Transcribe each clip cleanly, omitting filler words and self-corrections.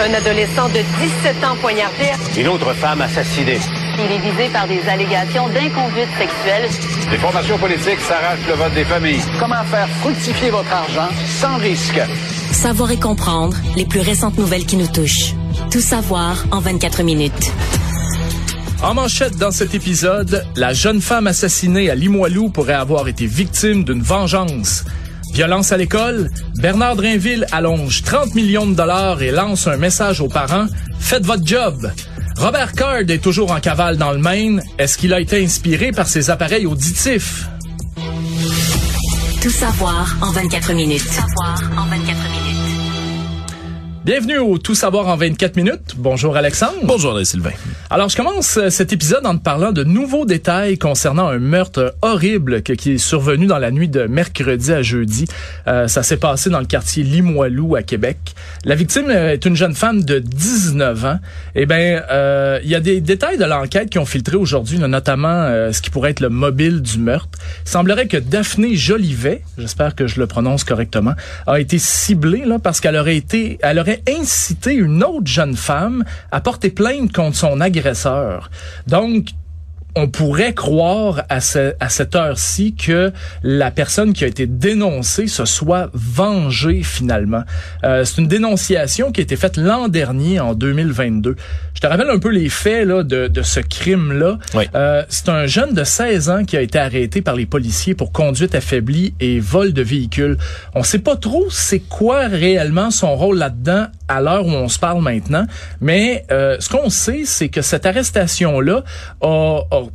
Un adolescent de 17 ans poignardé. Une autre femme assassinée. Il est visé par des allégations d'inconduite sexuelle. Les formations politiques s'arrachent le vote des familles. Comment faire fructifier votre argent sans risque? Savoir et comprendre les plus récentes nouvelles qui nous touchent. Tout savoir en 24 minutes. En manchette dans cet épisode, la jeune femme assassinée à Limoilou pourrait avoir été victime d'une vengeance. Violence à l'école, Bernard Drinville allonge 30 millions de dollars et lance un message aux parents « Faites votre job ». Robert Card est toujours en cavale dans le Maine. Est-ce qu'il a été inspiré par ses appareils auditifs? Tout savoir en 24 minutes. Tout savoir en 24 minutes. Bienvenue au Tout savoir en 24 minutes. Bonjour Alexandre. Bonjour Sylvain. Alors je commence cet épisode en te parlant de nouveaux détails concernant un meurtre horrible qui est survenu dans la nuit de mercredi à jeudi. Ça s'est passé dans le quartier Limoilou à Québec. La victime est une jeune femme de 19 ans. Eh bien, il y a des détails de l'enquête qui ont filtré aujourd'hui, notamment ce qui pourrait être le mobile du meurtre. Il semblerait que Daphné Jolivet, j'espère que je le prononce correctement, a été ciblée là parce qu'elle aurait incité une autre jeune femme à porter plainte contre son agresseur. Donc, on pourrait croire à cette heure-ci que la personne qui a été dénoncée se soit vengée finalement. C'est une dénonciation qui a été faite l'an dernier, en 2022. Je te rappelle un peu les faits là, de ce crime-là. Oui. C'est un jeune de 16 ans qui a été arrêté par les policiers pour conduite affaiblie et vol de véhicule. On sait pas trop c'est quoi réellement son rôle là-dedans à l'heure où on se parle maintenant, mais ce qu'on sait, c'est que cette arrestation-là a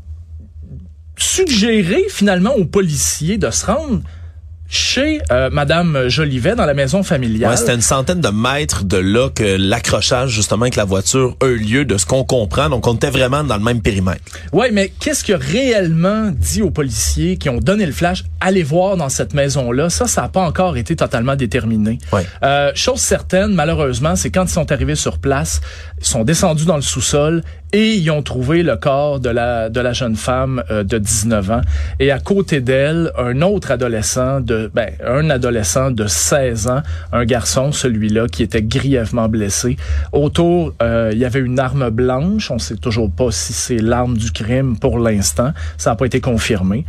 suggéré finalement aux policiers de se rendre chez Madame Jolivet dans la maison familiale. Ouais, c'était une centaine de mètres de là que l'accrochage justement avec la voiture a eu lieu, de ce qu'on comprend. Donc on était vraiment dans le même périmètre. Ouais, mais qu'est-ce qu'il a réellement dit aux policiers qui ont donné le flash? Allez voir dans cette maison-là. Ça n'a pas encore été totalement déterminé. Ouais. Chose certaine, malheureusement, c'est quand ils sont arrivés sur place, ils sont descendus dans le sous-sol et ils ont trouvé le corps de la jeune femme de 19 ans. Et à côté d'elle, un autre adolescent un adolescent de 16 ans, un garçon, celui-là, qui était grièvement blessé. Autour, il y avait une arme blanche. On sait toujours pas si c'est l'arme du crime pour l'instant. Ça n'a pas été confirmé.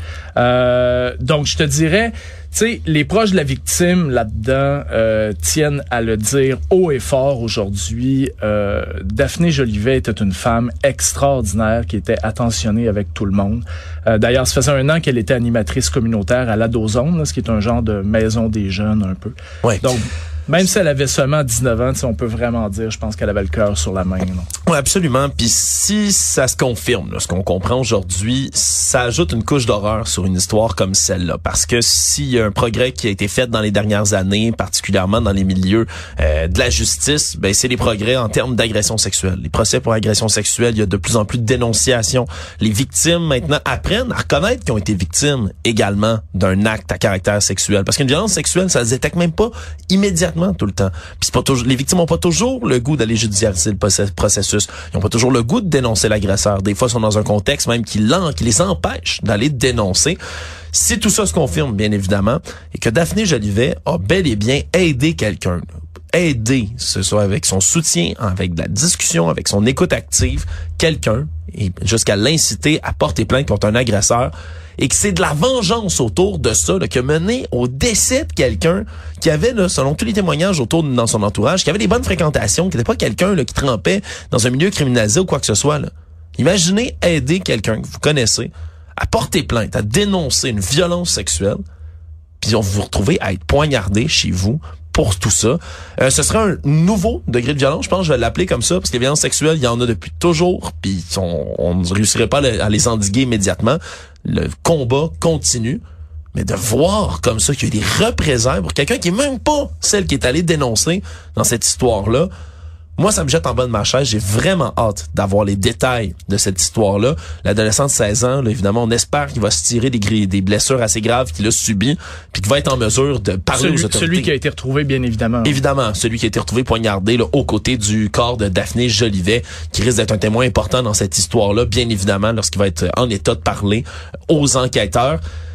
Donc, je te dirais, tu sais, les proches de la victime là-dedans tiennent à le dire haut et fort aujourd'hui. Daphné Jolivet était une femme extraordinaire qui était attentionnée avec tout le monde. D'ailleurs, ça faisait 1 an qu'elle était animatrice communautaire à l'Adozone, ce qui est un genre de maison des jeunes un peu. Ouais. Donc, même si elle avait seulement 19 ans, on peut vraiment dire, je pense qu'elle avait le cœur sur la main. Oui, absolument. Puis si ça se confirme, là, ce qu'on comprend aujourd'hui, ça ajoute une couche d'horreur sur une histoire comme celle-là. Parce que s'il y a un progrès qui a été fait dans les dernières années, particulièrement dans les milieux de la justice, ben c'est les progrès en termes d'agression sexuelle. Les procès pour agression sexuelle, il y a de plus en plus de dénonciations. Les victimes, maintenant, apprennent à reconnaître qu'ils ont été victimes également d'un acte à caractère sexuel. Parce qu'une violence sexuelle, ça se détecte même pas immédiatement tout le temps. Puis c'est pas toujours, les victimes ont pas toujours le goût d'aller judiciariser le processus. Ils ont pas toujours le goût de dénoncer l'agresseur. Des fois, ils sont dans un contexte même qui les empêche d'aller dénoncer. Si tout ça se confirme, bien évidemment, et que Daphné Jolivet a bel et bien aidé quelqu'un, aider, ce soit avec son soutien, avec de la discussion, avec son écoute active, quelqu'un, et jusqu'à l'inciter à porter plainte contre un agresseur, et que c'est de la vengeance autour de ça là, qui a mené au décès de quelqu'un qui avait, là, selon tous les témoignages dans son entourage, qui avait des bonnes fréquentations, qui n'était pas quelqu'un là, qui trempait dans un milieu criminalisé ou quoi que ce soit. Là. Imaginez aider quelqu'un que vous connaissez à porter plainte, à dénoncer une violence sexuelle, puis on vous retrouver à être poignardé chez vous pour tout ça. Ce sera un nouveau degré de violence, je pense que je vais l'appeler comme ça, parce que les violences sexuelles, il y en a depuis toujours, puis on ne réussirait pas à les endiguer immédiatement. Le combat continue, mais de voir comme ça qu'il y a des représailles pour quelqu'un qui est même pas celle qui est allée dénoncer dans cette histoire-là, moi, ça me jette en bas de ma chaise. J'ai vraiment hâte d'avoir les détails de cette histoire-là. L'adolescent de 16 ans, là, évidemment, on espère qu'il va se tirer des blessures assez graves qu'il a subies, puis qu'il va être en mesure de parler aux autorités. Celui qui a été retrouvé, bien évidemment. Évidemment, celui qui a été retrouvé poignardé là, aux côtés du corps de Daphné Jolivet, qui risque d'être un témoin important dans cette histoire-là, bien évidemment, lorsqu'il va être en état de parler aux enquêteurs.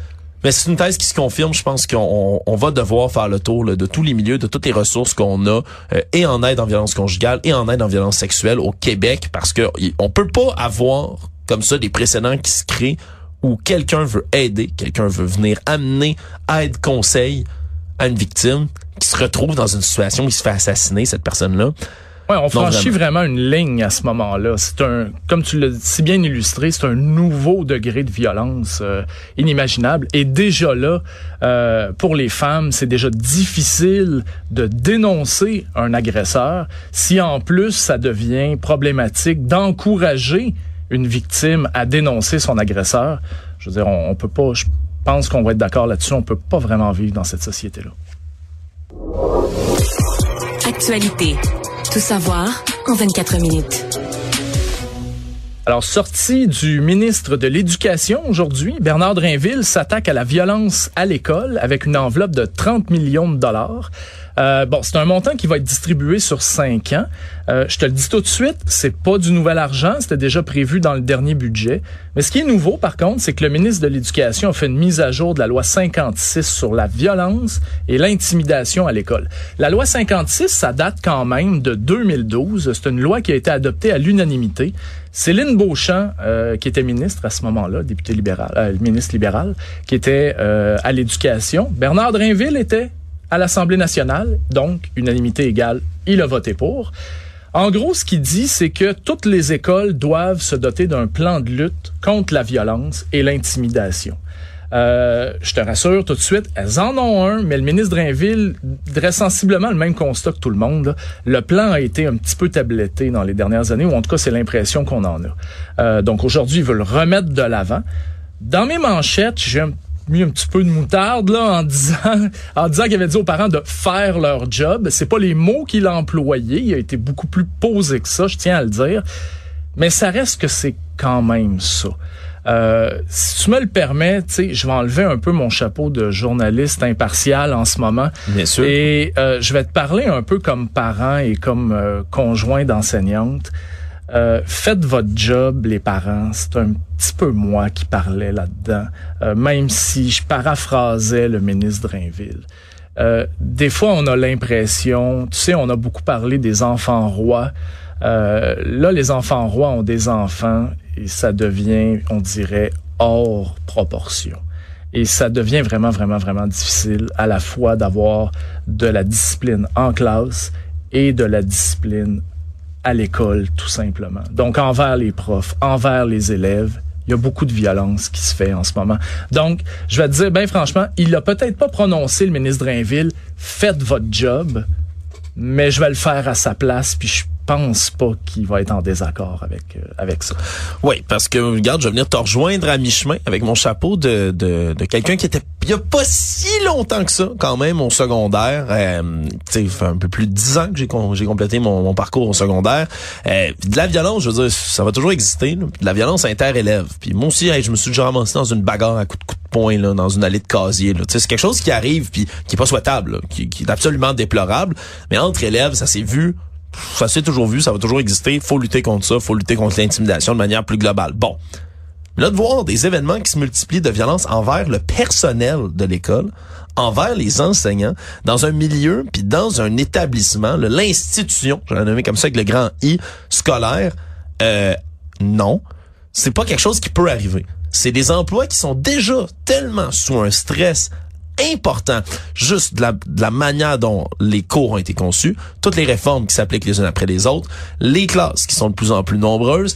Mais c'est une thèse qui se confirme. Je pense qu'on va devoir faire le tour là, de tous les milieux, de toutes les ressources qu'on a, et en aide en violence conjugale et en aide en violence sexuelle au Québec, parce que on peut pas avoir comme ça des précédents qui se créent où quelqu'un veut aider, quelqu'un veut venir amener aide, conseil à une victime qui se retrouve dans une situation où il se fait assassiner, cette personne-là. Ouais, on franchit vraiment une ligne à ce moment-là. C'est comme tu l'as si bien illustré, c'est un nouveau degré de violence inimaginable. Et déjà là, pour les femmes, c'est déjà difficile de dénoncer un agresseur. Si en plus ça devient problématique d'encourager une victime à dénoncer son agresseur, je veux dire, on peut pas. Je pense qu'on va être d'accord là-dessus. On peut pas vraiment vivre dans cette société-là. Actualité. Tout savoir en 24 minutes. Alors, sortie du ministre de l'Éducation aujourd'hui, Bernard Drinville s'attaque à la violence à l'école avec une enveloppe de 30 millions de dollars. C'est un montant qui va être distribué sur 5 ans. Je te le dis tout de suite, c'est pas du nouvel argent, c'était déjà prévu dans le dernier budget. Mais ce qui est nouveau, par contre, c'est que le ministre de l'Éducation a fait une mise à jour de la loi 56 sur la violence et l'intimidation à l'école. La loi 56, ça date quand même de 2012. C'est une loi qui a été adoptée à l'unanimité. Céline Beauchamp, qui était ministre à ce moment-là, députée libérale, ministre libérale, qui était à l'Éducation. Bernard Drinville était à l'Assemblée nationale, donc unanimité égale, il a voté pour. En gros, ce qu'il dit, c'est que toutes les écoles doivent se doter d'un plan de lutte contre la violence et l'intimidation. Je te rassure tout de suite, elles en ont un, mais le ministre Drinville dresse sensiblement le même constat que tout le monde. Là. Le plan a été un petit peu tabletté dans les dernières années, ou en tout cas, c'est l'impression qu'on en a. Donc aujourd'hui, ils veulent le remettre de l'avant. Dans mes manchettes, j'ai mis un petit peu de moutarde là en disant qu'il avait dit aux parents de faire leur job. C'est pas les mots qu'il a employés, il a été beaucoup plus posé que ça, je tiens à le dire. Mais ça reste que c'est quand même ça. Si tu me le permets, tu sais, je vais enlever un peu mon chapeau de journaliste impartial en ce moment. Bien sûr. Et je vais te parler un peu comme parent et comme conjoint d'enseignante. Faites votre job, les parents. C'est un petit peu moi qui parlais là-dedans, même si je paraphrasais le ministre Drinville. Des fois, on a l'impression, tu sais, on a beaucoup parlé des enfants rois. Là, les enfants rois ont des enfants et ça devient, on dirait, hors proportion. Et ça devient vraiment, vraiment, vraiment difficile à la fois d'avoir de la discipline en classe et de la discipline à l'école, tout simplement. Donc, envers les profs, envers les élèves, il y a beaucoup de violence qui se fait en ce moment. Donc, je vais te dire, ben franchement, il a peut-être pas prononcé, le ministre Drinville, faites votre job, mais je vais le faire à sa place, puis je pense pas qu'il va être en désaccord avec ça. Oui, parce que, regarde, je vais venir te rejoindre à mi-chemin avec mon chapeau de quelqu'un qui était il y a pas si longtemps que ça, quand même, au secondaire. Tu sais, fait un peu plus de 10 ans que j'ai complété mon parcours au secondaire. De la violence, je veux dire, ça va toujours exister. Là. De la violence inter-élève. Puis moi aussi, je me suis déjà ramassé dans une bagarre à coups de poing là, dans une allée de casier. Là. Tu sais, c'est quelque chose qui arrive puis qui est pas souhaitable, là, qui est absolument déplorable. Mais entre élèves, ça s'est vu. Ça s'est toujours vu, ça va toujours exister. Faut lutter contre ça, faut lutter contre l'intimidation de manière plus globale. Bon. Là, de voir des événements qui se multiplient de violence envers le personnel de l'école, envers les enseignants, dans un milieu puis dans un établissement, l'institution, je l'ai nommé comme ça avec le grand I, scolaire, non. C'est pas quelque chose qui peut arriver. C'est des emplois qui sont déjà tellement sous un stress important, juste de la manière dont les cours ont été conçus, toutes les réformes qui s'appliquent les unes après les autres, les classes qui sont de plus en plus nombreuses,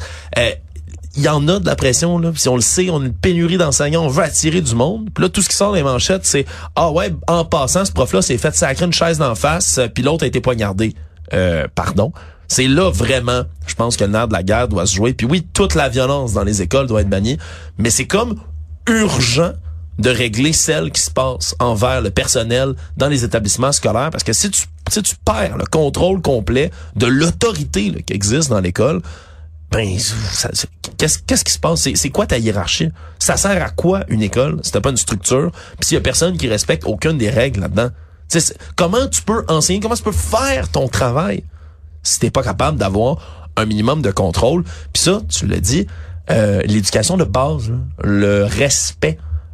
il y en a de la pression, là. Si on le sait, on a une pénurie d'enseignants, on veut attirer du monde. Puis là, tout ce qui sort dans les manchettes, c'est « Ah ouais, en passant, ce prof-là s'est fait sacrer une chaise d'en face, puis l'autre a été poignardé. » Pardon. C'est là, vraiment, je pense que le nerf de la guerre doit se jouer. Puis oui, toute la violence dans les écoles doit être bannie, mais c'est comme urgent de régler celle qui se passe envers le personnel dans les établissements scolaires, parce que si tu perds le contrôle complet de l'autorité là, qui existe dans l'école, ben qu'est-ce qui se passe? C'est quoi ta hiérarchie? Ça sert à quoi une école si t'as pas une structure? Puis s'il y a personne qui respecte aucune des règles là-dedans, comment tu peux enseigner? Comment tu peux faire ton travail si t'es pas capable d'avoir un minimum de contrôle? Puis ça, tu l'as dit, l'éducation de base, là, le respect,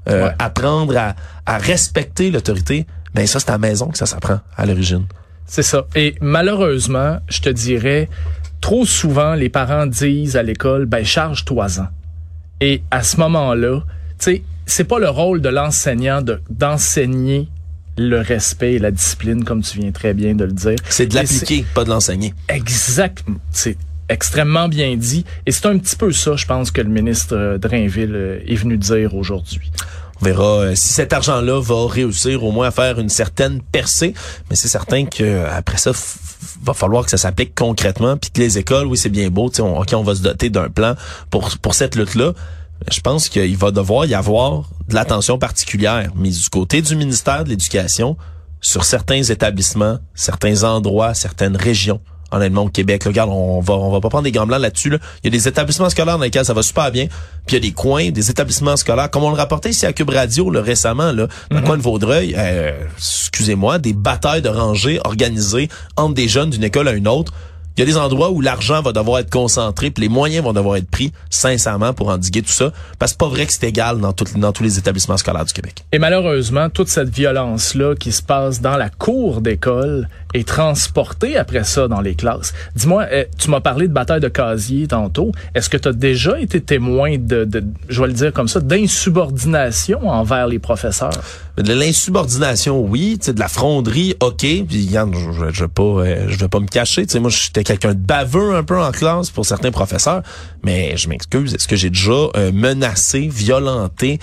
apprendre à respecter l'autorité, ben ça, c'est à la maison que ça s'apprend à l'origine. C'est ça. Et malheureusement, je te dirais, trop souvent, les parents disent à l'école, ben charge-toi-en. Et à ce moment-là, tu sais, c'est pas le rôle de l'enseignant d'enseigner le respect et la discipline, comme tu viens très bien de le dire. C'est de l'appliquer, pas de l'enseigner. Exactement. C'est extrêmement bien dit. Et c'est un petit peu ça, je pense, que le ministre Drainville est venu dire aujourd'hui. On verra si cet argent-là va réussir au moins à faire une certaine percée. Mais c'est certain que après ça, va falloir que ça s'applique concrètement. Puis que les écoles, oui, c'est bien beau. On va se doter d'un plan pour cette lutte-là. Je pense qu'il va devoir y avoir de l'attention particulière mise du côté du ministère de l'Éducation sur certains établissements, certains endroits, certaines régions. Honnêtement, au Québec, là, regarde, on va pas prendre des gants blancs là-dessus. Là. Il y a des établissements scolaires dans lesquels ça va super bien. Puis il y a des coins, des établissements scolaires, comme on le rapportait ici à Cube Radio là, récemment, là, dans le coin de Vaudreuil, excusez-moi, des batailles de rangées organisées entre des jeunes d'une école à une autre. Il y a des endroits où l'argent va devoir être concentré, puis les moyens vont devoir être pris, sincèrement, pour endiguer tout ça. Parce que c'est pas vrai que c'est égal dans tous les établissements scolaires du Québec. Et malheureusement, toute cette violence-là qui se passe dans la cour d'école est transportée après ça dans les classes. Dis-moi, tu m'as parlé de bataille de casier tantôt. Est-ce que tu as déjà été témoin de, je vais le dire comme ça, d'insubordination envers les professeurs? De l'insubordination, oui. De la fronderie, OK. Puis, regarde, je vais pas me cacher. Moi, j'étais quelqu'un de baveux un peu en classe pour certains professeurs. Mais je m'excuse. Est-ce que j'ai déjà menacé, violenté,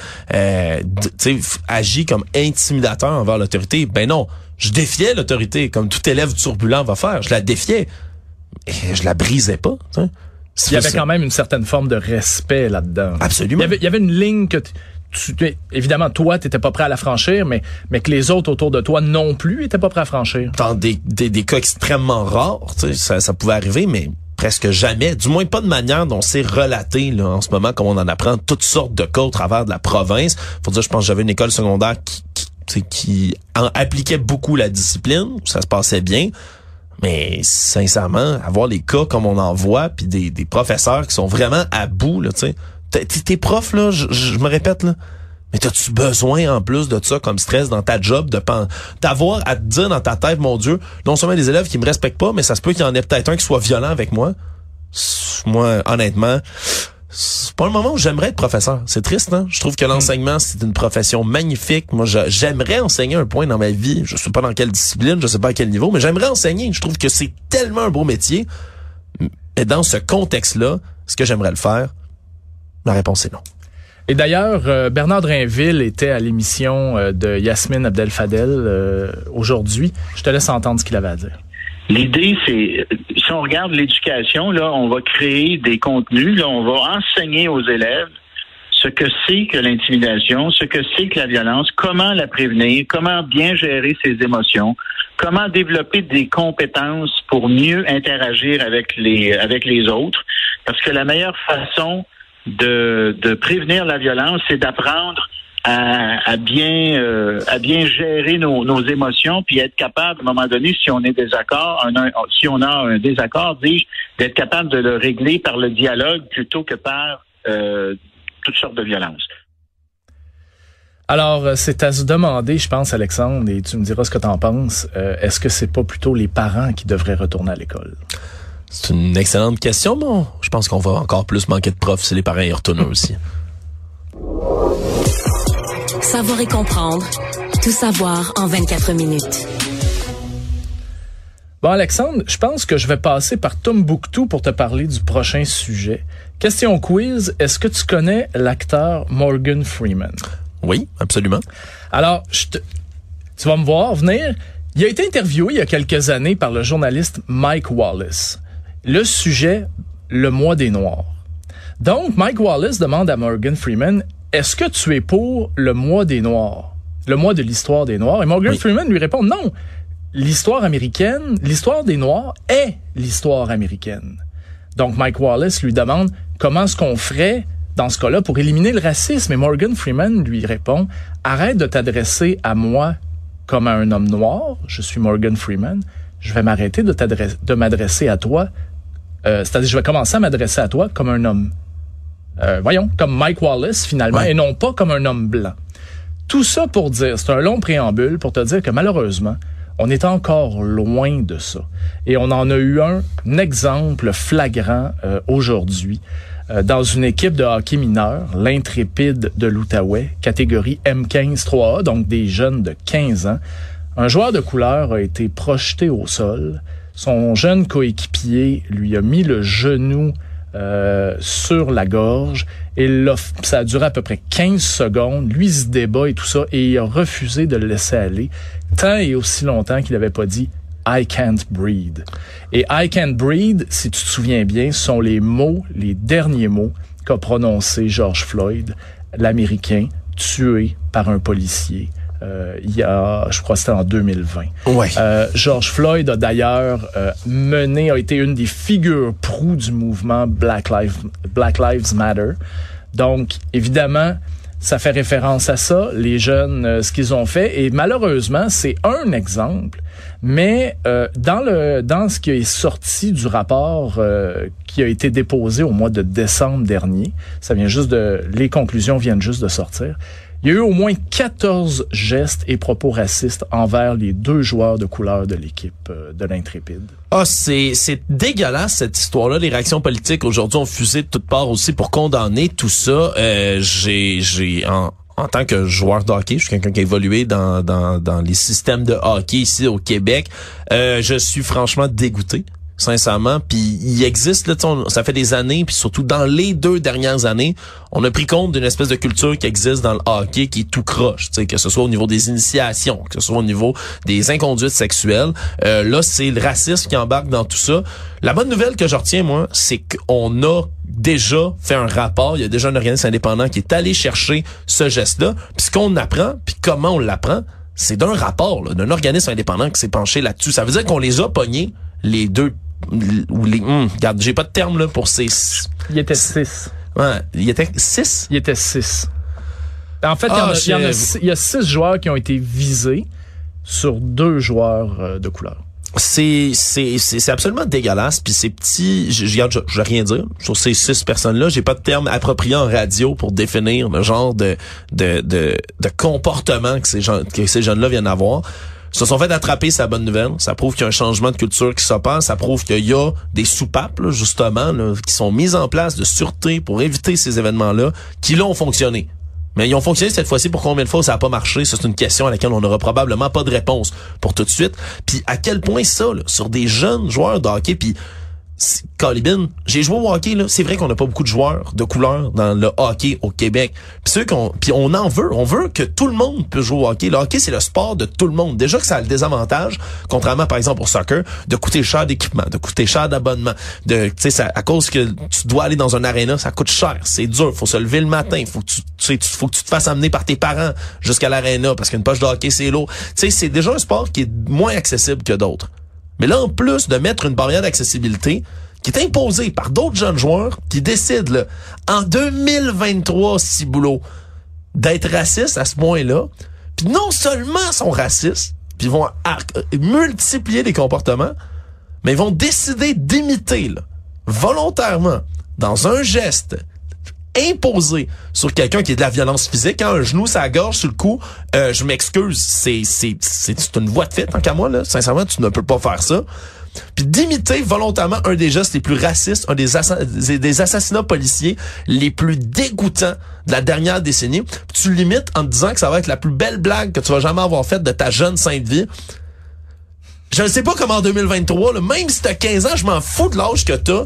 agi comme intimidateur envers l'autorité? Ben non. Je défiais l'autorité, comme tout élève turbulent va faire. Je la défiais. Et je la brisais pas. Il y avait quand même une certaine forme de respect là-dedans. Absolument. Il y avait une ligne que évidemment, toi, t'étais pas prêt à la franchir, mais que les autres autour de toi non plus étaient pas prêts à franchir. Dans des cas extrêmement rares, ça pouvait arriver, mais presque jamais. Du moins pas de manière dont c'est relaté là, en ce moment, comme on en apprend toutes sortes de cas au travers de la province. Faut dire, je pense que j'avais une école secondaire qui appliquait beaucoup la discipline, ça se passait bien. Mais sincèrement, avoir les cas comme on en voit, puis des professeurs qui sont vraiment à bout, là, tu sais. T'es prof, là, je me répète, là. Mais t'as-tu besoin, en plus de ça, comme stress dans ta job, d'avoir à te dire dans ta tête, mon Dieu, non seulement des élèves qui me respectent pas, mais ça se peut qu'il y en ait peut-être un qui soit violent avec moi. Moi, honnêtement, c'est pas le moment où j'aimerais être professeur. C'est triste, hein? Je trouve que l'enseignement, c'est une profession magnifique. Moi, j'aimerais enseigner un point dans ma vie. Je sais pas dans quelle discipline, je sais pas à quel niveau, mais j'aimerais enseigner. Je trouve que c'est tellement un beau métier. Et dans ce contexte-là, est-ce que j'aimerais le faire? La réponse est non. Et d'ailleurs, Bernard Drainville était à l'émission de Yasmine Abdel-Fadel aujourd'hui. Je te laisse entendre ce qu'il avait à dire. L'idée, c'est, si on regarde l'éducation, là, on va créer des contenus, là, on va enseigner aux élèves ce que c'est que l'intimidation, ce que c'est que la violence, comment la prévenir, comment bien gérer ses émotions, comment développer des compétences pour mieux interagir avec les autres. Parce que la meilleure façon de prévenir la violence, c'est d'apprendre à bien gérer nos émotions, puis être capable, à un moment donné, si on a un désaccord, d'être capable de le régler par le dialogue plutôt que par toutes sortes de violences. Alors, c'est à se demander, je pense, Alexandre, et tu me diras ce que tu en penses, est-ce que c'est pas plutôt les parents qui devraient retourner à l'école? C'est une excellente question, bon. Je pense qu'on va encore plus manquer de profs si les parents y retournent aussi. Savoir et comprendre. Tout savoir en 24 minutes. Bon, Alexandre, je pense que je vais passer par Tombouctou pour te parler du prochain sujet. Question quiz, est-ce que tu connais l'acteur Morgan Freeman? Oui, absolument. Alors, tu vas me voir venir. Il a été interviewé il y a quelques années par le journaliste Mike Wallace. Le sujet, le mois des Noirs. Donc, Mike Wallace demande à Morgan Freeman, est-ce que tu es pour le mois des Noirs? Le mois de l'histoire des Noirs? Et Morgan Freeman lui répond, non. L'histoire américaine, l'histoire des Noirs est l'histoire américaine. Donc, Mike Wallace lui demande, comment est-ce qu'on ferait dans ce cas-là pour éliminer le racisme? Et Morgan Freeman lui répond, arrête de t'adresser à moi comme à un homme noir, je suis Morgan Freeman, je vais m'arrêter de m'adresser à toi, c'est-à-dire je vais commencer à m'adresser à toi comme un homme, comme Mike Wallace finalement, et non pas comme un homme blanc. Tout ça pour dire, c'est un long préambule pour te dire que malheureusement, on est encore loin de ça. Et on en a eu un exemple flagrant aujourd'hui dans une équipe de hockey mineur, l'Intrépide de l'Outaouais, catégorie M15 3A, donc des jeunes de 15 ans. Un joueur de couleur a été projeté au sol. Son jeune coéquipier lui a mis le genou sur la gorge et ça a duré à peu près 15 secondes. Lui, il se débat et tout ça et il a refusé de le laisser aller tant et aussi longtemps qu'il n'avait pas dit « I can't breathe ». Et « I can't breathe », si tu te souviens bien, sont les derniers mots qu'a prononcé George Floyd, l'Américain tué par un policier. Je crois que c'était en 2020. Ouais. George Floyd a d'ailleurs a été une des figures proues du mouvement Black Lives Matter. Donc, évidemment, ça fait référence à ça, les jeunes, ce qu'ils ont fait. Et malheureusement, c'est un exemple. Mais dans ce qui est sorti du rapport qui a été déposé au mois de décembre dernier, les conclusions viennent juste de sortir. Il y a eu au moins 14 gestes et propos racistes envers les 2 joueurs de couleur de l'équipe de l'Intrépide. Ah, c'est dégueulasse cette histoire-là. Les réactions politiques aujourd'hui ont fusé de toutes parts aussi pour condamner tout ça. En tant que joueur de hockey, je suis quelqu'un qui a évolué dans les systèmes de hockey ici au Québec. Je suis franchement dégoûté. Sincèrement, puis il existe là, ça fait des années, puis surtout dans les 2 dernières années, on a pris compte d'une espèce de culture qui existe dans le hockey qui est tout croche, que ce soit au niveau des initiations, que ce soit au niveau des inconduites sexuelles. Là, c'est le racisme qui embarque dans tout ça. La bonne nouvelle que je retiens, moi, c'est qu'on a déjà fait un rapport, il y a déjà un organisme indépendant qui est allé chercher ce geste-là, puis ce qu'on apprend, puis comment on l'apprend, c'est d'un rapport, là, d'un organisme indépendant qui s'est penché là-dessus. Ça veut dire qu'on les a pognés, les 2 ou les regarde, j'ai pas de terme là pour ces. Il était 6. Ouais, il était 6. Il était 6. En fait, il y a 6 joueurs qui ont été visés sur 2 joueurs de couleur. C'est absolument dégueulasse, puis ces petits, je vais rien dire sur ces 6 personnes-là. J'ai pas de terme approprié en radio pour définir le genre de comportement que ces jeunes-là viennent avoir. Se sont fait attraper, c'est la bonne nouvelle. Ça prouve qu'il y a un changement de culture qui s'opère. Ça prouve qu'il y a des soupapes, là, justement, là, qui sont mises en place de sûreté pour éviter ces événements-là, qui là ont fonctionné. Mais ils ont fonctionné cette fois-ci pour combien de fois ça n'a pas marché? Ça, c'est une question à laquelle on n'aura probablement pas de réponse pour tout de suite. Puis à quel point ça, là, sur des jeunes joueurs de hockey, puis Colibin, j'ai joué au hockey, là. C'est vrai qu'on n'a pas beaucoup de joueurs de couleur dans le hockey au Québec. Puis on en veut. On veut que tout le monde puisse jouer au hockey. Le hockey, c'est le sport de tout le monde. Déjà que ça a le désavantage, contrairement, par exemple, au soccer, de coûter cher d'équipement, de coûter cher d'abonnement. Tu sais, à cause que tu dois aller dans un aréna, ça coûte cher. C'est dur. Faut se lever le matin. Faut que tu te fasses amener par tes parents jusqu'à l'aréna parce qu'une poche de hockey, c'est lourd. Tu sais, c'est déjà un sport qui est moins accessible que d'autres. Mais là, en plus de mettre une barrière d'accessibilité qui est imposée par d'autres jeunes joueurs qui décident, là, en 2023, ciboulot, d'être racistes à ce point-là, puis non seulement sont racistes, puis vont multiplier les comportements, mais ils vont décider d'imiter, là, volontairement, dans un geste imposé sur quelqu'un qui est de la violence physique, un genou sur la gorge, sur le cou, je m'excuse, c'est une voie de fait, tant qu'à moi, là. Sincèrement, tu ne peux pas faire ça. Puis d'imiter volontairement un des gestes les plus racistes, un des assassinats policiers les plus dégoûtants de la dernière décennie. Puis tu l'imites en te disant que ça va être la plus belle blague que tu vas jamais avoir faite de ta jeune sainte vie. Je ne sais pas comment en 2023, là, même si t'as 15 ans, je m'en fous de l'âge que t'as.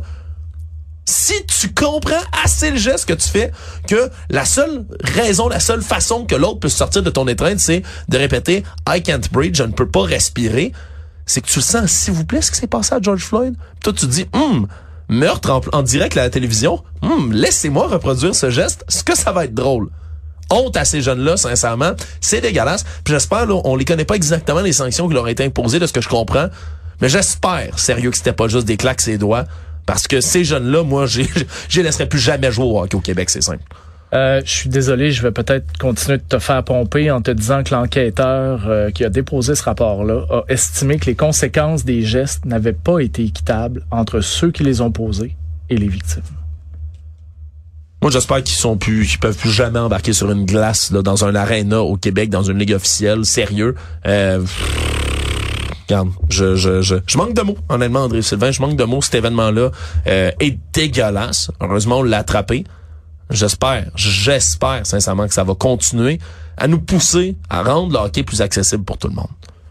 Si tu comprends assez le geste que tu fais, que la seule raison, la seule façon que l'autre peut sortir de ton étreinte, c'est de répéter « I can't breathe, je ne peux pas respirer », c'est que tu le sens, s'il vous plaît, ce qui s'est passé à George Floyd. Puis toi, tu te dis « meurtre en direct à la télévision, laissez-moi reproduire ce geste, est-ce que ça va être drôle ?» Honte à ces jeunes-là, sincèrement, c'est dégueulasse. Puis j'espère, là, on les connaît pas exactement les sanctions qui leur ont été imposées, de ce que je comprends, mais j'espère, sérieux, que c'était pas juste des claques ses doigts. Parce que ces jeunes-là, moi, je les laisserai plus jamais jouer au hockey au Québec, c'est simple. Je suis désolé, je vais peut-être continuer de te faire pomper en te disant que l'enquêteur qui a déposé ce rapport-là a estimé que les conséquences des gestes n'avaient pas été équitables entre ceux qui les ont posés et les victimes. Moi, j'espère qu'ils peuvent plus jamais embarquer sur une glace là, dans un aréna au Québec, dans une ligue officielle, sérieux. Regarde, je manque de mots, honnêtement, André Sylvain, je manque de mots. Cet événement-là est dégueulasse. Heureusement, on l'a attrapé. J'espère sincèrement que ça va continuer à nous pousser à rendre le hockey plus accessible pour tout le monde.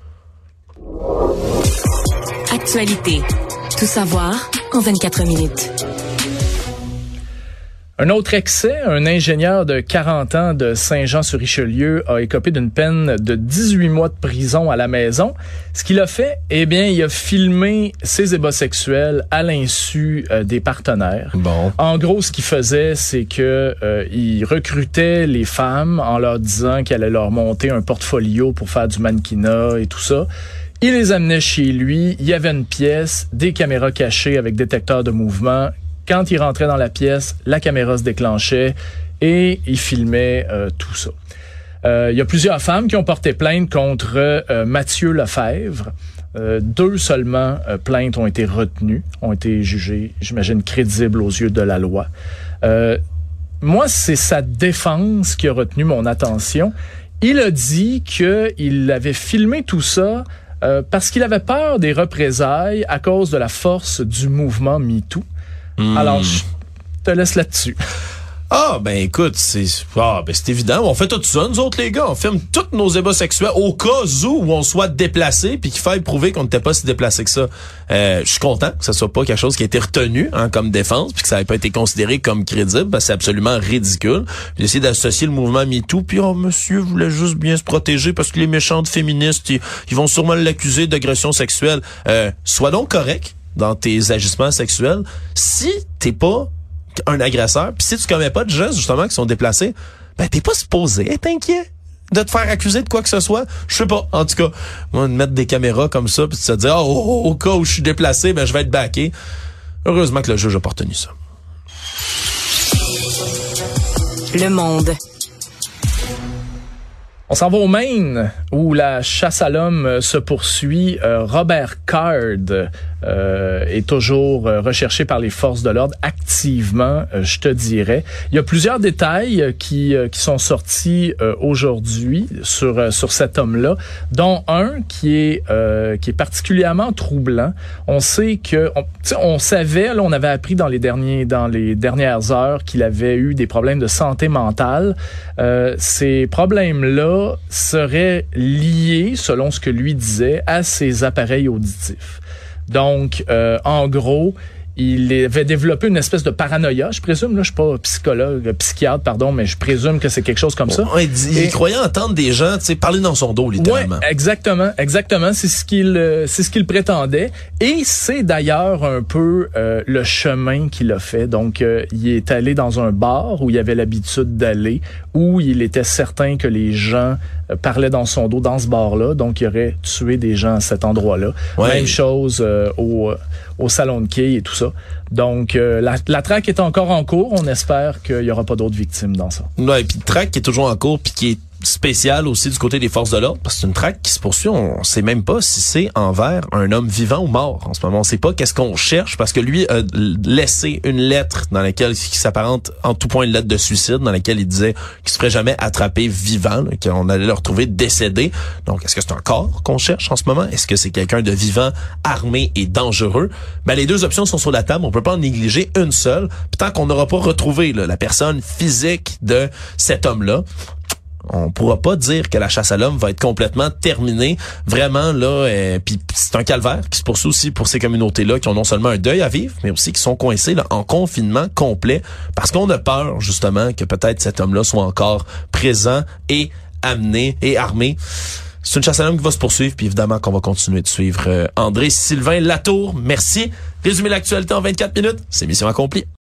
Actualité. Tout savoir en 24 minutes. Un autre excès, un ingénieur de 40 ans de Saint-Jean-sur-Richelieu a écopé d'une peine de 18 mois de prison à la maison. Ce qu'il a fait, eh bien, il a filmé ses ébats sexuels à l'insu des partenaires. Bon. En gros, ce qu'il faisait, c'est que il recrutait les femmes en leur disant qu'il allait leur monter un portfolio pour faire du mannequinat et tout ça. Il les amenait chez lui, il y avait une pièce, des caméras cachées avec détecteur de mouvement. Quand il rentrait dans la pièce, la caméra se déclenchait et il filmait tout ça. Il y a plusieurs femmes qui ont porté plainte contre Mathieu Lefebvre. 2 seulement plaintes ont été retenues, ont été jugées, j'imagine, crédibles aux yeux de la loi. Moi, c'est sa défense qui a retenu mon attention. Il a dit qu'il avait filmé tout ça parce qu'il avait peur des représailles à cause de la force du mouvement MeToo. Alors, je te laisse là-dessus. Ah, ben écoute, c'est évident. On fait tout ça, nous autres, les gars. On filme tous nos ébats sexuels au cas où on soit déplacé puis qu'il faille prouver qu'on n'était pas si déplacé que ça. Je suis content que ça soit pas quelque chose qui a été retenu comme défense puis que ça n'ait pas été considéré comme crédible parce que c'est absolument ridicule. J'ai essayé d'associer le mouvement MeToo puis monsieur voulait juste bien se protéger parce que les méchantes féministes, ils vont sûrement l'accuser d'agression sexuelle. Sois donc correct dans tes agissements sexuels. Si t'es pas un agresseur, puis si tu commets pas de gestes justement qui sont déplacés, ben t'es pas supposé être inquiet de te faire accuser de quoi que ce soit. Je sais pas, en tout cas, moi de mettre des caméras comme ça puis de se dire au cas où je suis déplacé, ben je vais être backé. Heureusement que le juge a pas retenu ça. Le Monde. On s'en va au Maine, où la chasse à l'homme se poursuit. Robert Card est toujours recherché par les forces de l'ordre activement, je te dirais. Il y a plusieurs détails qui sont sortis aujourd'hui sur cet homme-là, dont un qui est particulièrement troublant. On sait que on savait, là, on avait appris dans les dernières heures qu'il avait eu des problèmes de santé mentale. Ces problèmes-là seraient liés, selon ce que lui disait, à ses appareils auditifs. Donc, en gros, il avait développé une espèce de paranoïa, je présume, là, je suis pas psychiatre, mais je présume que c'est quelque chose comme ça. Il croyait entendre des gens, parler dans son dos, littéralement. Ouais, exactement, c'est ce qu'il prétendait, et c'est d'ailleurs un peu le chemin qu'il a fait. Donc, il est allé dans un bar où il avait l'habitude d'aller, où il était certain que les gens parlaient dans son dos dans ce bar-là, donc il aurait tué des gens à cet endroit-là. Ouais. Même chose au salon de quai et tout ça. Donc, la traque est encore en cours. On espère qu'il n'y aura pas d'autres victimes dans ça. Ouais, et puis le traque qui est toujours en cours, puis qui est spécial aussi du côté des forces de l'ordre, parce que c'est une traque qui se poursuit. On sait même pas si c'est envers un homme vivant ou mort. En ce moment, on sait pas qu'est-ce qu'on cherche, parce que lui a laissé une lettre dans laquelle qui s'apparente en tout point une lettre de suicide, dans laquelle il disait qu'il se ferait jamais attraper vivant, qu'on allait le retrouver décédé. Donc, est-ce que c'est un corps qu'on cherche en ce moment? Est-ce que c'est quelqu'un de vivant, armé et dangereux? Ben, les deux options sont sur la table. On peut pas en négliger une seule. Puis tant qu'on n'aura pas retrouvé la personne physique de cet homme-là, on pourra pas dire que la chasse à l'homme va être complètement terminée. Vraiment, là, puis c'est un calvaire qui se poursuit aussi pour ces communautés-là qui ont non seulement un deuil à vivre, mais aussi qui sont coincés là, en confinement complet parce qu'on a peur, justement, que peut-être cet homme-là soit encore présent et amené et armé. C'est une chasse à l'homme qui va se poursuivre, puis évidemment qu'on va continuer de suivre André Sylvain Latour. Merci. Résumer l'actualité en 24 minutes, c'est mission accomplie.